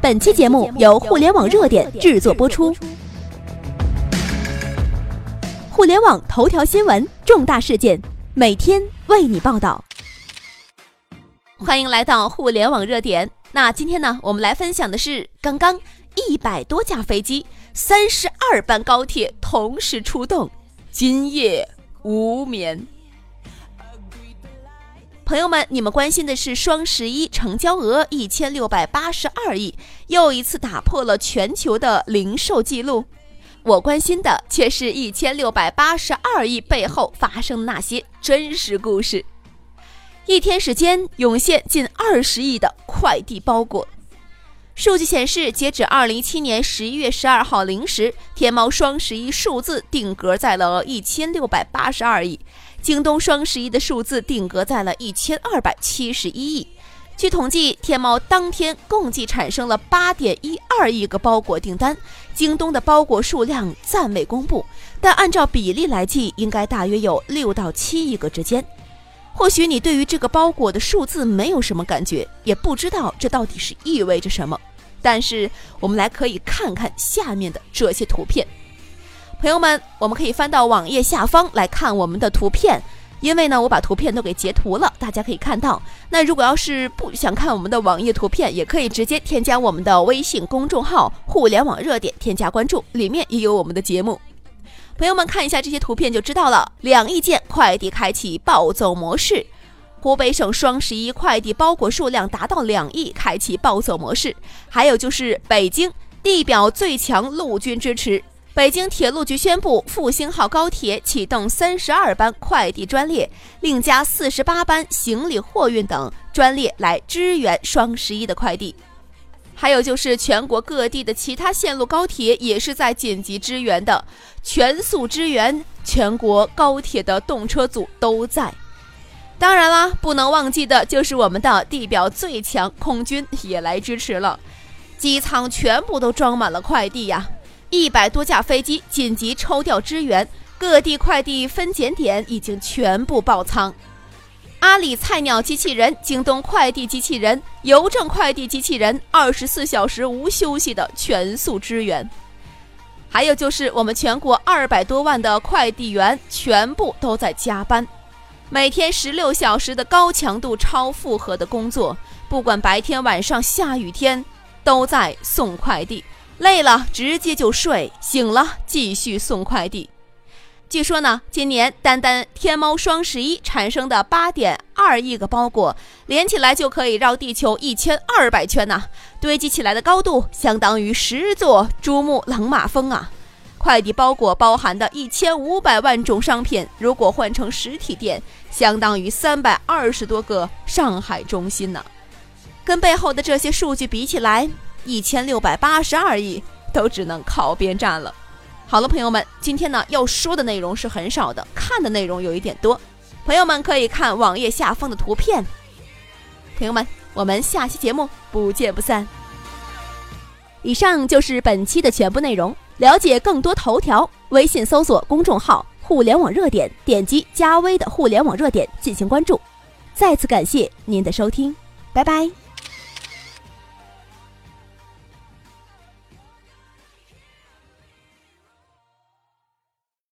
本期节目由互联网热点制作播出。互联网头条新闻，重大事件，每天为你报道。欢迎来到互联网热点。那今天呢，我们来分享的是刚刚100多架飞机、32班高铁同时出动，今夜无眠。朋友们，你们关心的是双11成交额1682亿，又一次打破了全球的零售记录。我关心的却是1682亿背后发生的那些真实故事。一天时间涌现近20亿的快递包裹。数据显示，截止2017年11月12号零时，天猫双11数字定格在了1682亿，京东双11的数字定格在了1271亿。据统计，天猫当天共计产生了8.12亿个包裹订单，京东的包裹数量暂未公布，但按照比例来计，应该大约有6到7亿个之间。或许你对于这个包裹的数字没有什么感觉，也不知道这到底是意味着什么，但是我们可以看看下面的这些图片。朋友们，我们可以翻到网页下方来看我们的图片，因为呢我把图片都给截图了，大家可以看到。那如果要是不想看我们的网页图片，也可以直接添加我们的微信公众号互联网热点，添加关注，里面也有我们的节目。朋友们看一下这些图片就知道了。2亿件快递开启暴走模式，湖北省双11快递包裹数量达到2亿，开启暴走模式。还有就是北京地表最强陆军支持，北京铁路局宣布复兴号高铁启动32班快递专列，另加48班行李货运等专列来支援双11的快递。还有就是全国各地的其他线路高铁也是在紧急支援的，全速支援，全国高铁的动车组都在。当然啦，不能忘记的就是我们的地表最强空军也来支持了，机舱全部都装满了快递呀，100多架飞机紧急抽调支援，各地快递分拣点已经全部爆仓。阿里菜鸟机器人、京东快递机器人、邮政快递机器人24小时无休息的全速支援。还有就是我们全国200多万的快递员全部都在加班，每天16小时的高强度超负荷的工作，不管白天晚上下雨天都在送快递，累了直接就睡，醒了继续送快递。据说呢，今年单单天猫双11产生的8.2亿个包裹，连起来就可以绕地球1200圈呐，堆积起来的高度相当于10座珠穆朗玛峰啊！快递包裹包含的1500万种商品，如果换成实体店，相当于320多个上海中心呢。跟背后的这些数据比起来，1682亿都只能靠边站了。好了，朋友们，今天呢要说的内容是很少的，看的内容有一点多，朋友们可以看网页下方的图片。朋友们，我们下期节目不见不散。以上就是本期的全部内容，了解更多头条，微信搜索公众号互联网热点，点击加微的互联网热点进行关注。再次感谢您的收听，拜拜。